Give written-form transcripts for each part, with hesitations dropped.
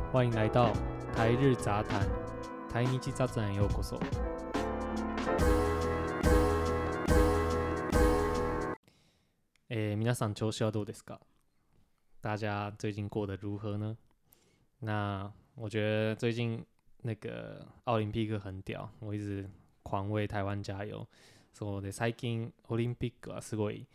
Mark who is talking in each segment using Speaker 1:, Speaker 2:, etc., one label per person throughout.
Speaker 1: 欢迎来到台日杂談台日雑談へようこそ。皆さん調子はどうですか？大家最近过得如何呢？那我觉得最近那个奥林匹克很屌，我一直狂为台湾加油。そうで最近オリンピックはすごい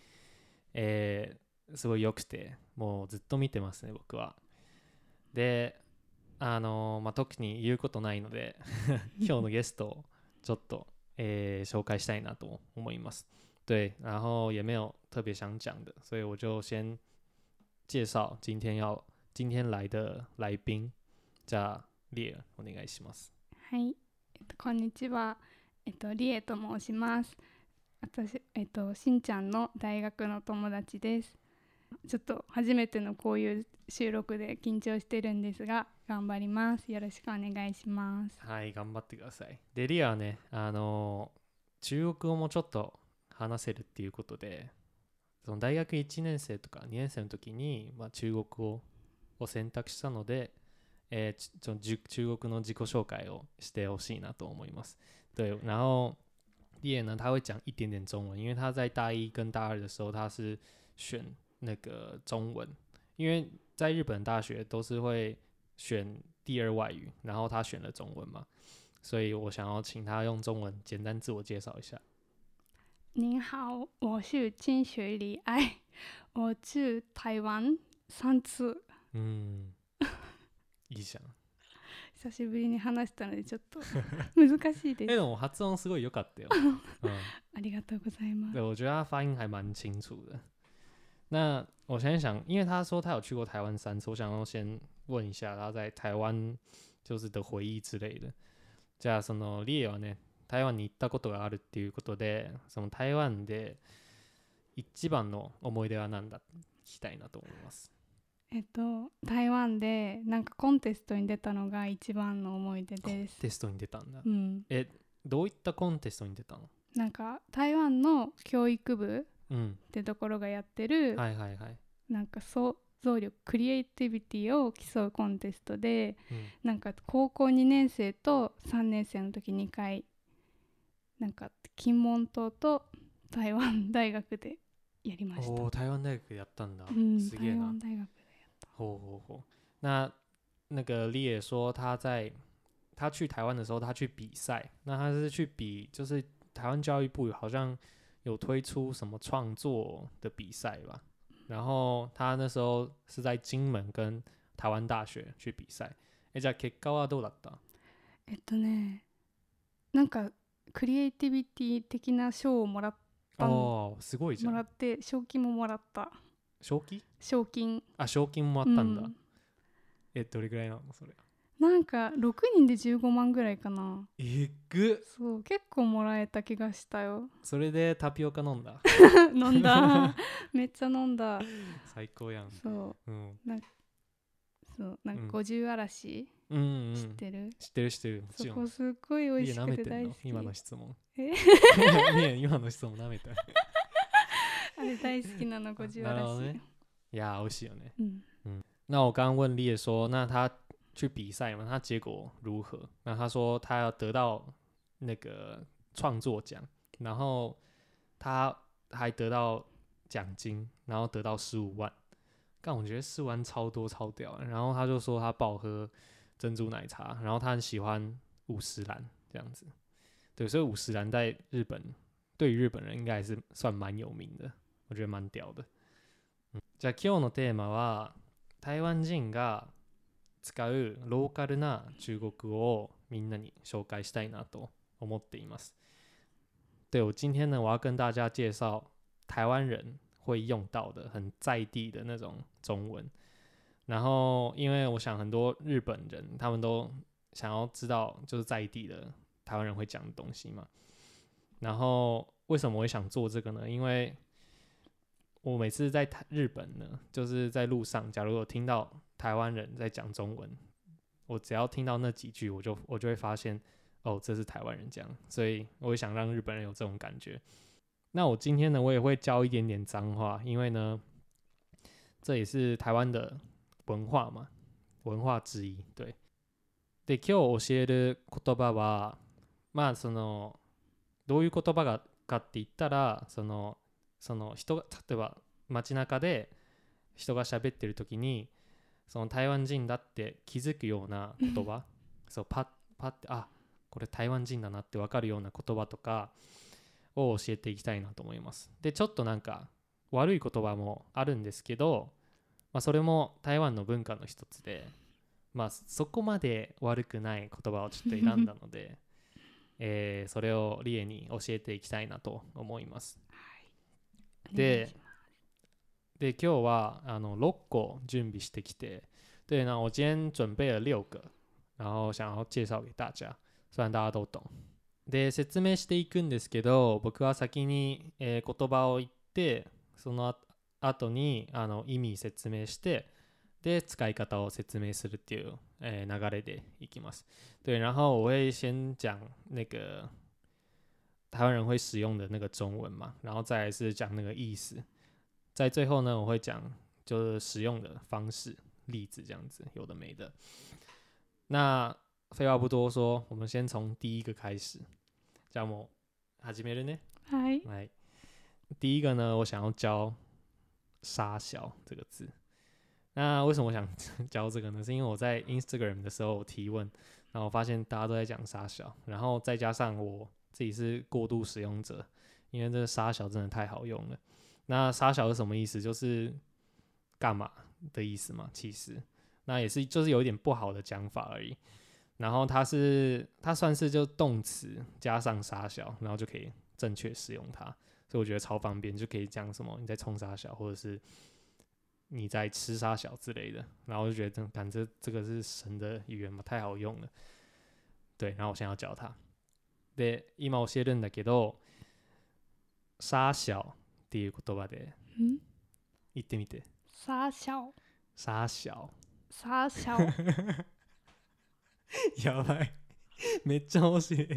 Speaker 1: 良くて、もうずっと見てますね僕は。で、特に言うことないので今日のゲストをちょっと、紹介したいなと思います。对，然后也没有特别想讲的，所以我就先介绍今天来的来宾。じゃあリエお願いします。
Speaker 2: はい、こんにちは。リエと申します。私、しんちゃんの大学の友達です。ちょっと初めてのこういう収録で緊張してるんですが、頑張ります。よろしくお願いします。
Speaker 1: はい、頑張ってください。で、リエはね、中国語もちょっと話せるっていうことで、その大学1年生とか2年生の時に、中国語を選択したので、中国の自己紹介をしてほしいなと思います。对，然后叶呢，他会讲一点点中文，因为他在大一跟大二的时候，他是选那个中文，因为在日本大学都是会选第二外语，然后他选了中文嘛，所以我想要请他用中文简单自我介绍一下。
Speaker 2: 您好，我是金雪里爱，我去台湾3次。
Speaker 1: いいじゃん。
Speaker 2: 久しぶりに話したのでちょっと難しいです。
Speaker 1: でも発音すごい良かったよ。
Speaker 2: ありがとうございます。
Speaker 1: 对，我觉得他发音还蛮清楚的。那我先想，因为他说他有去过台湾3次，我想要先问一下他在台湾就是的回忆之类的。じゃあそのリエはね、台湾に行ったことがあるっていうことで、その台湾で一番の思い出は何だ聞きたいなと思います。
Speaker 2: 台湾でなんかコンテストに出たのが一番の思い出です。
Speaker 1: コンテストに出たんだ。どういったコンテストに出たの？
Speaker 2: なんか台湾の教育部ってところがやってる、なんか想像力クリエイティビティを競うコンテストで、なんか高校2年生と3年生の時2回なんか金門島と台湾大学でやりました。
Speaker 1: 台湾大学でやったんだ。すげえな。
Speaker 2: 台湾大学でやった。
Speaker 1: 那个李野说他去台湾的时候，他去比赛，那他是去比，就是台湾教育部好像有推出什么创作的比赛吧，然后他那时候是在金門跟台湾大学去比賽。じゃあ結果はどうだった？
Speaker 2: なんかクリエイティビティ的な賞をもらった
Speaker 1: すごいじゃん。
Speaker 2: もらって賞金ももらった。賞金
Speaker 1: もらったんだ。どれぐらいなのそれ？
Speaker 2: なんか6人で15万ぐらいかな。そう結構もらえた気がしたよ。
Speaker 1: それでタピオカ飲んだ？
Speaker 2: 飲んだめっちゃ飲んだ。
Speaker 1: 最高やん。
Speaker 2: そう、なんか50嵐、知ってる？
Speaker 1: 知ってる。もちろん。
Speaker 2: そこすっごい美味しくて大好き。
Speaker 1: 今の質問。今の質問舐めた。
Speaker 2: あれ大好きなの50嵐。
Speaker 1: いや美味しいよね。那我刚刚问丽叶说，那他去比赛嘛，他结果如何？那他说他要得到那个创作奖，然后他还得到奖金，然后得到15万。但我觉得15万超多超屌。然后他就说他爆喝珍珠奶茶，然后他很喜欢五十岚这样子。对，所以五十岚在日本对于日本人应该还是算蛮有名的，我觉得蛮屌的。じゃあ今日のテーマは台湾人が使うローカルな中国語をみんなに紹介したいなと思っています。对，我今天呢，我要跟大家介绍台湾人会用到的很在地的那种中文。然后因为我想很多日本人他们都想要知道就是在地的台湾人会讲的东西嘛。然后为什么我会想做这个呢？因为我每次在日本呢，就是在路上，假如有听到台湾人在讲中文，我只要听到那几句，我就会发现，这是台湾人讲，所以我也想让日本人有这种感觉。那我今天呢，我也会教一点点脏话，因为呢，这也是台湾的文化嘛， 文化之一。对。で、今日教える言葉は、まあそのどういう言葉かって言ったら、その人が例えば街中で人が喋ってる時に、その台湾人だって気づくような言葉、そうパッて、あ、これ台湾人だなって分かるような言葉とかを教えていきたいなと思います。で、ちょっとなんか悪い言葉もあるんですけど、まあ、それも台湾の文化の一つで、まあ、そこまで悪くない言葉をちょっと選んだのでそれをリエに教えていきたいなと思います。はい、で今日は6個準備してきて、对，那我今天準備了6個，然後想要介紹給大家，雖然大家都懂。で、説明していくんですけど、僕は先に、言葉を言って、その後に意味説明して、で使い方を説明するっていう、流れでいきます。对，然后我会先講那個台灣人會使用的那個中文嘛，然後再來是講那個意思。在最後呢，我會講就是使用的方式、例子這樣子，有的沒的。那廢話不多說，我們先從第一個開始。じゃあもう始めるね。
Speaker 2: はい。
Speaker 1: はい。第一個呢，我想要教殺小這個字。那為什麼我想教這個呢？是因為我在 Instagram 的時候提問，然後我發現大家都在講殺小，然後再加上我自己是過度使用者，因為這個殺小真的太好用了。那殺小是什麼意思？就是幹嘛的意思嘛，其實那也是就是有一點不好的講法而已。然後它算是就動詞加上殺小，然後就可以正確使用它，所以我覺得超方便，就可以講什麼你在衝殺小，或者是你在吃殺小之類的。然後我就覺得感覺這個是神的語言嘛，太好用了。對，然後我現在要教它。で、今教えるんだけど、殺小っていう言葉で言ってみて。
Speaker 2: 殺小。
Speaker 1: 殺小。
Speaker 2: 殺小。
Speaker 1: やばい。めっちゃ面白い。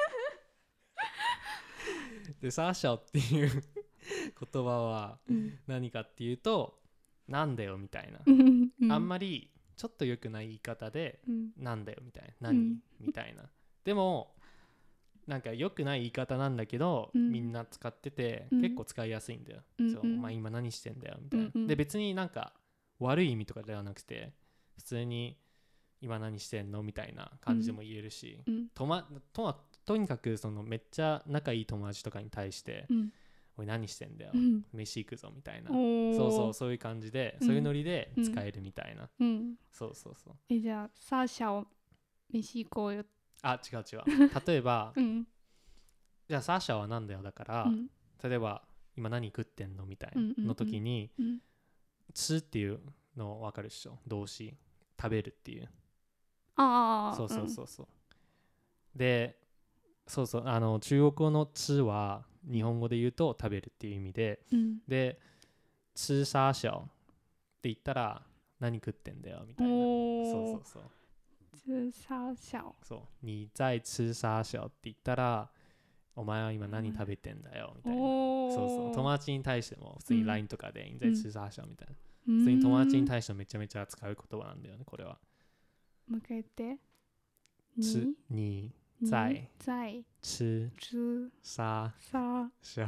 Speaker 1: で、殺小っていう言葉は何かっていうと、なんだよみたいな。あんまりちょっと良くない言い方で、なんだよみたいな。何みたいな。でも、なんか良くない言い方なんだけど、みんな使ってて、結構使いやすいんだよ。そう、お前今何してんだよみたいな。で、別になんか悪い意味とかではなくて、普通に今何してんのみたいな感じでも言えるし、とにかくそのめっちゃ仲いい友達とかに対して、おい何してんだよ、飯行くぞみたいな、そういう感じで、そういうノリで使えるみたいな、そう
Speaker 2: じゃあサーシャを飯行こうよ。
Speaker 1: あ、違う例えば、じゃあサーシャはなんだよだから、例えば今何食ってんのみたいなの時に、吃っていうの分かるでしょ、動詞、食べるっていう。そう、で、中国語の吃は日本語で言うと食べるっていう意味で、で、吃殺小って言ったら何食ってんだよみたいな。そう
Speaker 2: 吃殺小。
Speaker 1: そう、你在吃殺小って言ったら、お前は今何食べてんだよみたいな。そう、友達に対しても普通に LINE とかで、你在吃殺小みたいな。普通に友達に対してめちゃめちゃ使う言葉なんだよね、これは。
Speaker 2: もう一回言って。
Speaker 1: 你在吃殺小。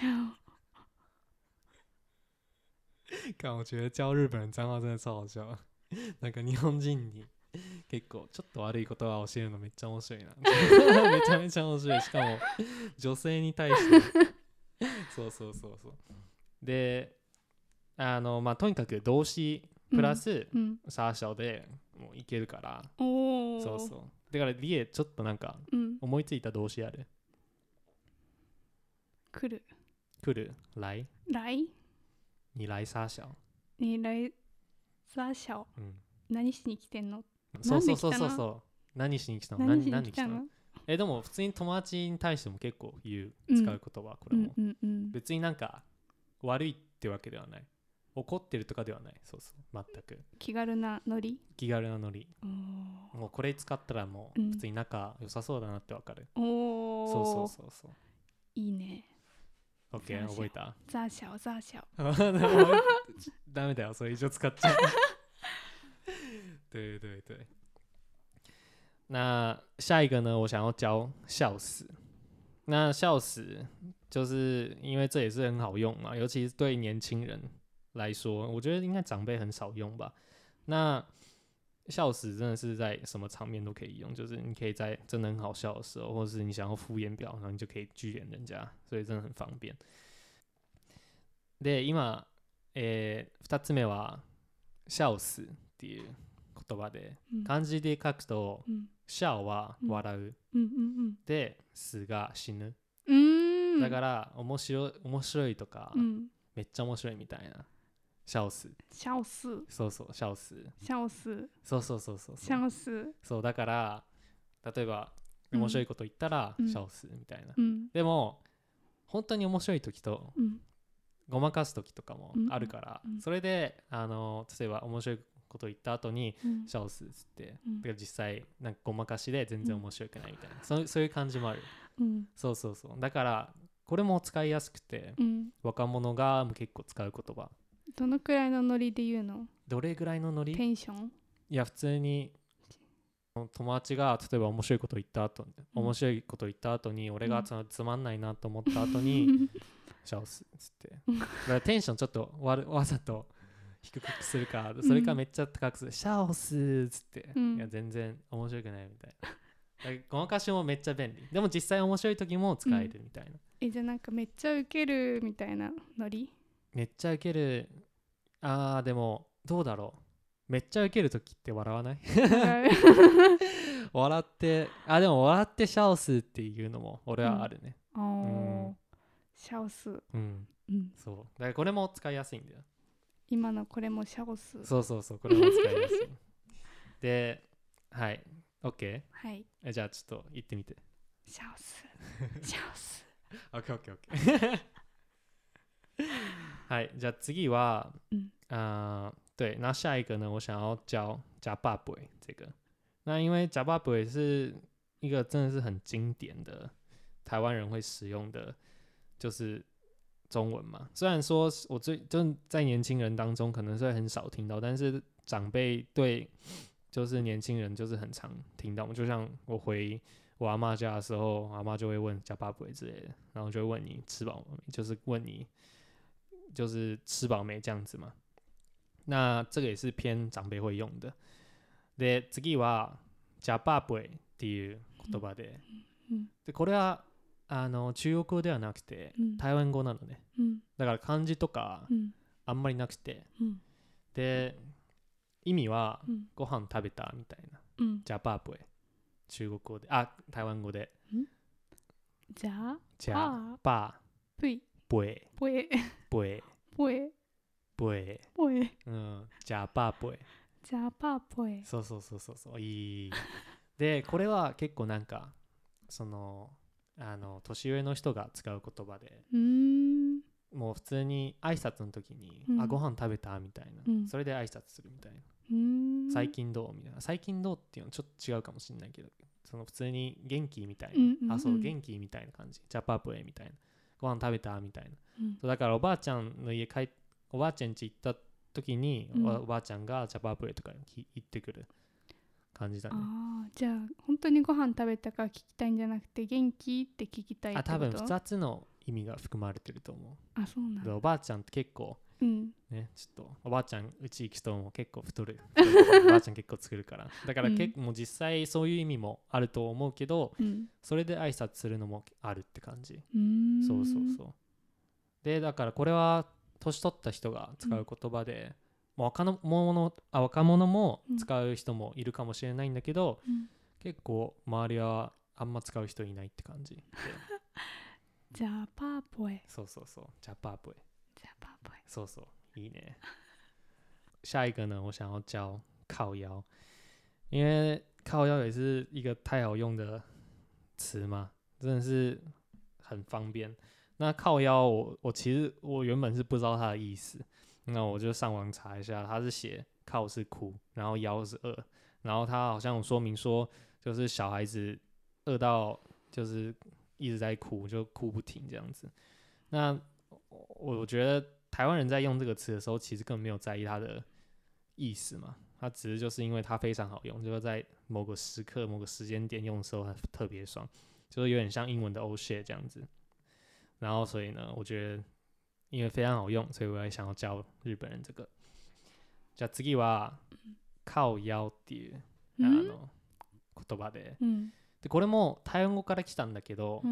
Speaker 1: 看，我觉得教日本人脏话真的超好笑。なんか日本人に結構ちょっと悪い言葉を教えるのめっちゃ面白いな。めちゃめちゃ面白い。しかも女性に対して。そう。で、まあとにかく動詞プラス殺小でもういけるから。そう。だからリエちょっとなんか思いついた動詞ある？
Speaker 2: 来る。
Speaker 1: 来你来殺小。
Speaker 2: 何しに来てんの？
Speaker 1: そう。何しに来たの？何来たの？でも普通に友達に対しても結構使う言葉、これも。別になんか悪いってわけではない。怒ってるとかではない。そう、全く。
Speaker 2: 気軽なノリ。
Speaker 1: もうこれ使ったらもう普通に仲良さそうだなってわかる。そう。
Speaker 2: いいね。
Speaker 1: OK、覚えた？
Speaker 2: ザーシャオ。
Speaker 1: ダメだよ、それ以上使っちゃう。对， 对对对。那下一个呢，我想要教笑死。那笑死就是因为这也是很好用嘛，尤其是对年轻人来说，我觉得应该长辈很少用吧。那笑死真的是在什么场面都可以用，就是你可以在真的很好笑的时候，或是你想要敷衍表，然后你就可以拒绝人家，所以真的很方便。で、今、2つ目は笑死っていう言葉で、漢字で書くと、笑は笑う、で、死が死ぬ。だから面白いとか、めっちゃ面白いみたいな。笑死。
Speaker 2: 笑死。
Speaker 1: そうそう、笑死。
Speaker 2: 笑死。
Speaker 1: そうそうそうそう。
Speaker 2: 笑死。
Speaker 1: そうだから例えば面白いこと言ったら笑死みたいな。でも本当に面白い時と、ごまかす時とかもあるから、それで例えば面白いこと言った後に笑死っつって、実際なんかごまかしで全然面白くないみたいな、そういう感じもある。そうそうそう。だからこれも使いやすくて、若者が結構使う言葉。
Speaker 2: どのくらいのノリで言うの？
Speaker 1: どれぐらいのノリ？
Speaker 2: テンション？
Speaker 1: いや普通に友達が例えば面白いこと言った後に俺がつまんないなと思った後にシャオスっつって、だからテンションちょっとわざと低くするか、それかめっちゃ高くする、シャオスっつって、いや全然面白くないみたいな。ごまかしもめっちゃ便利。でも実際面白い時も使えるみたいな。
Speaker 2: じゃあなんかめっちゃウケるみたいなノリ？
Speaker 1: めっちゃウケる。でもどうだろう。めっちゃウケるときって笑わない？笑って、でも笑ってシャオスっていうのも俺はあるね。
Speaker 2: シャオス。
Speaker 1: そう。だからこれも使いやすいんだよ。
Speaker 2: 今のこれもシャオス。
Speaker 1: そうそうそう、これも使いやすい。で、はい。OK？
Speaker 2: はい。
Speaker 1: じゃあちょっと言ってみて。
Speaker 2: シャオス。シャオス。
Speaker 1: OK。はい、じゃあ次は、对，那下一个呢，我想要教假爸爸这个。那因为假爸爸是一个真的是很经典的台湾人会使用的，就是中文嘛。虽然说我就在年轻人当中可能是很少听到，但是长辈对就是年轻人就是很常听到。就像我回我阿嬷家的时候，阿嬷就会问假爸爸之类的，然后就会问你吃饱没，就是问你。就是吃饱没这样子嘛。那这个也是偏長輩会用的。で、次はジャパープイっていう言葉で、でこれは中国語ではなくて台湾語なのね。だから漢字とかあんまりなくて、で意味はご飯食べたみたいな。ジャパープイ。中国語で、台湾語で。
Speaker 2: ジャ
Speaker 1: パープイ。
Speaker 2: ぽえ。
Speaker 1: じゃあパーぽえ。
Speaker 2: じゃあパーぽえ。
Speaker 1: そういい。でこれは結構なんかその年上の人が使う言葉で、もう普通に挨拶の時にご飯食べたみたいな、それで挨拶するみたいな。最近どうみたいな。最近どうっていうのちょっと違うかもしれないけど、その普通に元気みたいな、そう元気みたいな感じ。じゃあパーぽえみたいな。ご飯食べたみたいな、だからおばあちゃんの家おばあちゃん家行った時に、おばあちゃんがジャパープレとか言ってくる感じだね。
Speaker 2: じゃあ本当にご飯食べたか聞きたいんじゃなくて元気って聞きたいってこと？
Speaker 1: 多分2つの意味が含まれてると思う。
Speaker 2: そうなんだ。
Speaker 1: おばあちゃんって結構、ね、ちょっとおばあちゃんうち行く人も結構太るおばあちゃん結構作るから、だから結構もう実際そういう意味もあると思うけど、それで挨拶するのもあるって感じ。そうで、だからこれは年取った人が使う言葉で、若者も使う人もいるかもしれないんだけど、結構周りはあんま使う人いないって感じ。
Speaker 2: ジャパーポエ。
Speaker 1: そうジャパーポエ。そういいね。下一个呢，我想要教靠腰，因为靠腰也是一个太好用的词嘛，真的是很方便。那靠腰我其实我原本是不知道它的意思，那我就上网查一下，它是写靠是哭，然后腰是饿，然后它好像有说明说，就是小孩子饿到就是一直在哭，就哭不停这样子。那我觉得台湾人在用这个词的时候，其实根本没有在意它的意思嘛，它只是就是因为它非常好用，就是在某个时刻某个时间点用的时候它特别爽，就是有点像英文的 oh shit 这样子。然后所以呢我觉得因为非常好用，所以我也想要教日本人这个。じゃあ次は靠腰っていう言葉で、でこれも台湾語から来たんだけど、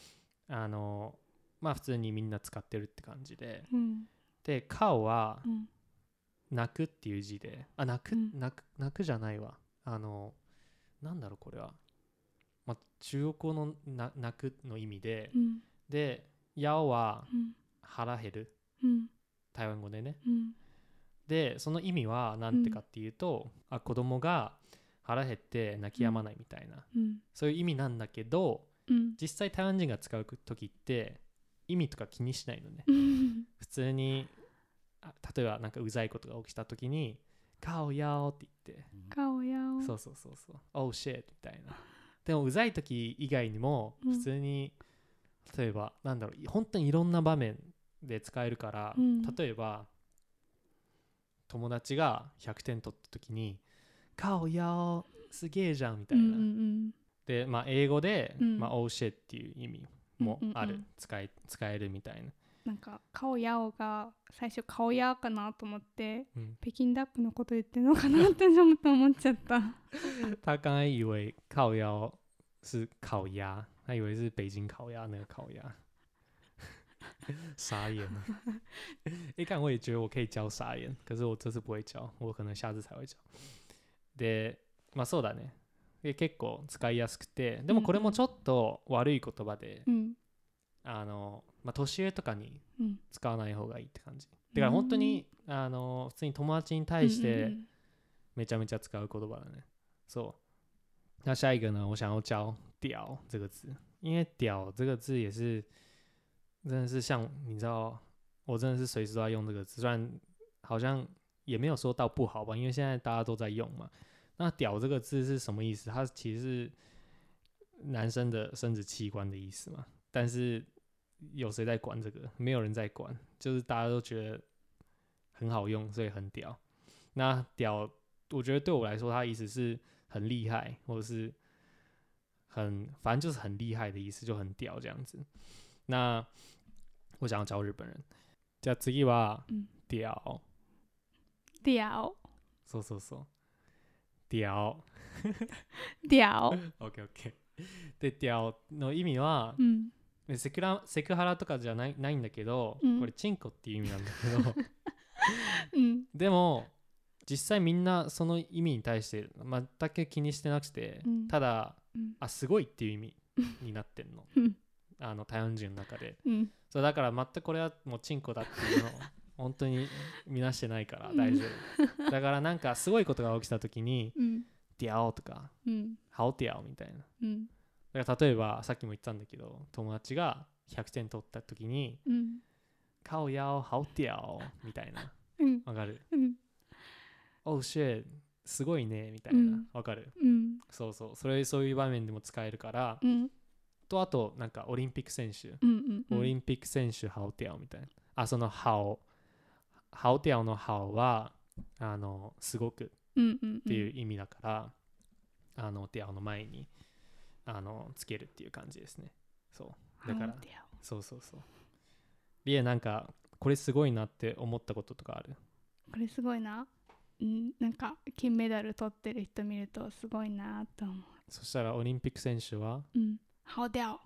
Speaker 1: まあ普通にみんな使ってるって感じで、で顔は泣くっていう字で、泣くじゃないわ、なんだろうこれは、まあ、中国語の泣くの意味で、で腰は腹減る、台湾語でね、でその意味はなんてかっていうと、子供が腹減って泣き止まないみたいな、そういう意味なんだけど、実際台湾人が使う時って意味とか気にしないのね普通に例えばなんかうざいことが起きた時に顔やおって言って
Speaker 2: 顔やお、
Speaker 1: そうそうそうそう、oh shit みたいな。でもうざい時以外にも普通に、例えばなんだろう、本当にいろんな場面で使えるから、例えば友達が100点取った時に顔やおすげえじゃんみたいな、で、まあ、英語で、まあ、oh shit っていう意味もある、使えるみたいな。
Speaker 2: なんか顔やおが最初顔やかなと思って、北京ダックのこと言ってるのかなって思っちゃった
Speaker 1: 他刚才以为靠腰是烤鸭，他以为是北京烤鸭那个烤鸭傻眼了看我也觉得我可以教傻眼，可是我这次不会教，我可能下次才会教。で、まあそうだね、結構使いやすくて、でもこれもちょっと悪い言葉で、まあ、年上とかに使わない方がいいって感じ、だから本当に普通に友達に対してめちゃめちゃ使う言葉だね。そう。那下一个呢，我想要教屌这个字，因为屌这个字也是真的是像你知道，我真的是随时都在用这个字，虽然好像也没有说到不好吧，因为现在大家都在用嘛。那屌这个字是什么意思？它其实是男生的生殖器官的意思嘛，但是有谁在管这个？没有人在管，就是大家都觉得很好用，所以很屌。那屌，我觉得对我来说，它的意思是很厉害，或者是反正就是很厉害的意思，就很屌这样子。那我想要教日本人。じゃあ次は屌。
Speaker 2: 屌。
Speaker 1: そうそうそう。屌。
Speaker 2: 屌。
Speaker 1: OK。で、屌の意味は、セクハラとかじゃないんだけど、これチンコっていう意味なんだけど、でも実際みんなその意味に対して全く気にしてなくて、ただ、すごいっていう意味になってんの台湾人の中で、そうだから全くこれはもうチンコだっていうのを本当に見なしてないから大丈夫だからなんかすごいことが起きた時にディャオとかハオディャオみたいな、だから例えばさっきも言ったんだけど、友達が100点取った時に顔やおハオディャオみたいな、わかる？Oh shit すごいねみたいな、わかる？そうそう、そういう場面でも使えるから、とあとなんかオリンピック選手、オリンピック選手ハオディャオみたいな、そのハオディャオのハオはすごくっていう意味だから、ディャオの前につけるっていう感じですね。そうだからそうリエなんかこれすごいなって思ったこととかある？
Speaker 2: これすごいな、なんか金メダル取ってる人見るとすごいなと思う。
Speaker 1: そしたらオリンピック选手は
Speaker 2: 好屌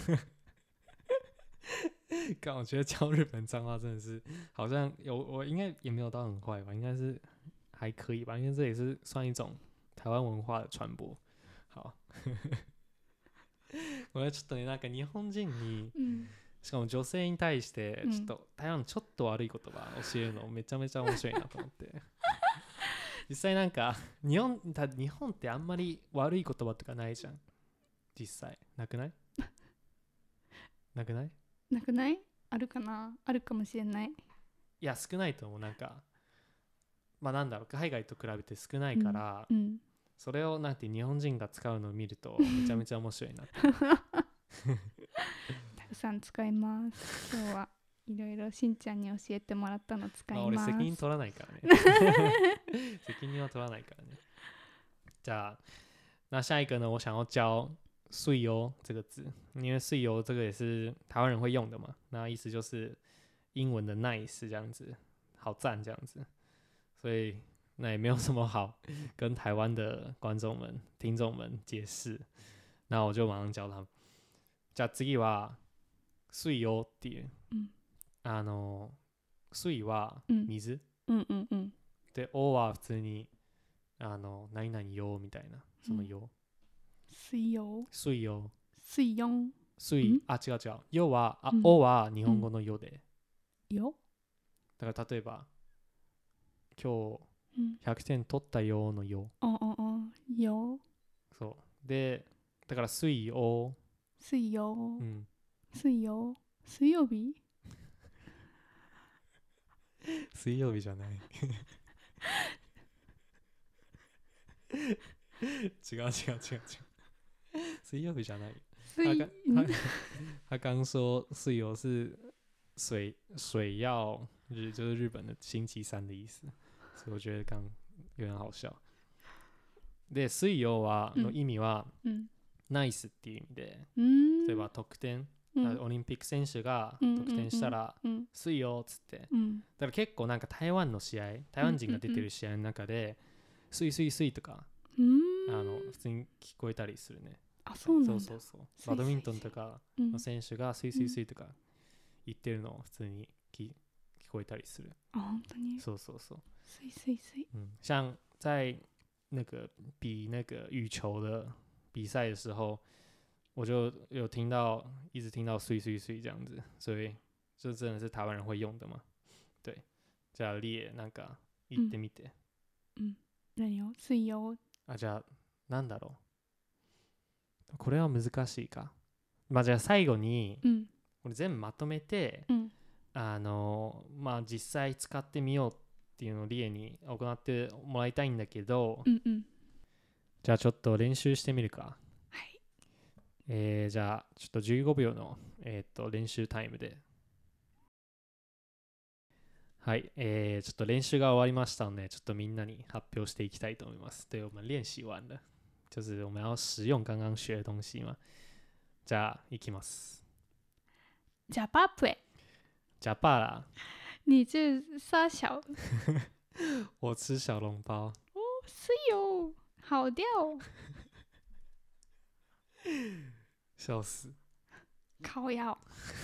Speaker 1: 刚我觉得教日本脏话真的是好像我应该也没有到很坏吧，应该是还可以吧，因为这也是算一种台湾文化的传播。好これちょっとね、なんか日本人に、しかも女性に対してちょっと台湾のちょっと悪い言葉教えるのめちゃめちゃ面白いなと思って実際なんか日本ってあんまり悪い言葉とかないじゃん。実際なくない？なくない？
Speaker 2: あるかな？あるかもしれない。
Speaker 1: いや少ないと思う。なんかまあなんだろう、海外と比べて少ないから、それをなんて日本人が使うのを見るとめちゃめちゃ面白いなってた
Speaker 2: くさん使います今日は。 いろいろしんちゃんに教えてもらったの使います。
Speaker 1: 俺責任取らないからね。責任は取らないからね。じゃあ，那下一个呢？我想要教"水油"这个字，因为"水油"这个也是台湾人会用的嘛。那意思就是英文的 "nice" 这样子，好赞这样子。所以那也没有什么好跟台湾的观众们、听众们解释。那我就马上教他们。じゃあ次は水よっていう、水は水、でおは普通に何々よみたいな、そのよ、
Speaker 2: 水よ
Speaker 1: 水よ
Speaker 2: 水よ
Speaker 1: 水、あ違う違う、よはおは日本語のよで、
Speaker 2: よ
Speaker 1: だから例えば今日100点取ったよのよ、
Speaker 2: よ、
Speaker 1: そうで、だから水よ
Speaker 2: 水よ、水よ、水曜日
Speaker 1: 水曜日じゃない違う水曜日じゃない。他刚说水曜是水曜日，就是日本的星期三的意思，所以我觉得刚有点好笑。で水曜はの意味は、ナイスっていう意味で、例えば得点、オリンピック選手が得点したら「水曜」っつって、だから結構なんか台湾の試合、台湾人が出てる試合の中で「水水水」とか普通に聞こえたりするね。
Speaker 2: あ、そうなんだ。
Speaker 1: そうバドミントンとかの選手が「水水水」とか言ってるのを普通に聞こえたりする。
Speaker 2: あ、本当に？
Speaker 1: そう
Speaker 2: 水水水。
Speaker 1: 像在那个比那个羽球的比赛的时候，我就有一直听到水水水这样子，所以这真的是台湾人会用的嘛。对，じゃあリエなんか言ってみて。
Speaker 2: 何を？水曜。
Speaker 1: じゃあなんだろう。これは難しいか。まあじゃあ最後に、これ全部まとめて、まあ実際使ってみようっていうのをリエに行ってもらいたいんだけど、じゃあちょっと練習してみるか。
Speaker 2: はい。
Speaker 1: じゃあちょっと15秒の、練習タイムで。はい、ちょっと練習が終わりましたので、ちょっとみんなに発表していきたいと思います。对，我们練習完了，就是我们要使用刚刚学的东西嘛。じゃあいきます。
Speaker 2: ジャパプエ。
Speaker 1: ジャパラ。
Speaker 2: 你这傻小。
Speaker 1: 我吃小笼包。
Speaker 2: 哦，是哟，好掉。
Speaker 1: 笑死。
Speaker 2: 靠腰。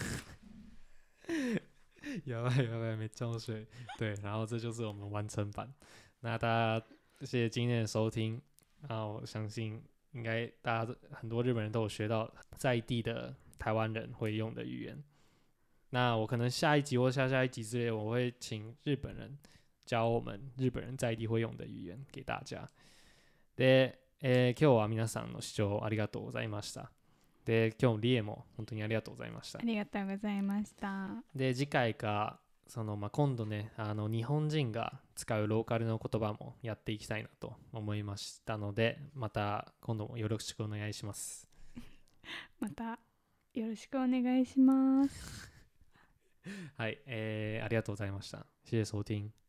Speaker 1: やばい，没浇水。对，然后这就是我们完成版。那大家谢谢今天的收听。我相信应该大家很多日本人都有学到在地的台湾人会用的语言。那我可能下一集或下下一集之类，我会请日本人教我们日本人在地会用的语言给大家。で、今日は皆さんの視聴ありがとうございました。で、今日もリエも本当にありがとうございました。
Speaker 2: ありがとうございました。
Speaker 1: で、次回か今度ね、日本人が使うローカルの言葉もやっていきたいなと思いましたので、また今度もよろしくお願いします。
Speaker 2: またよろしくお願いします。
Speaker 1: はい、ありがとうございました。谢谢收听。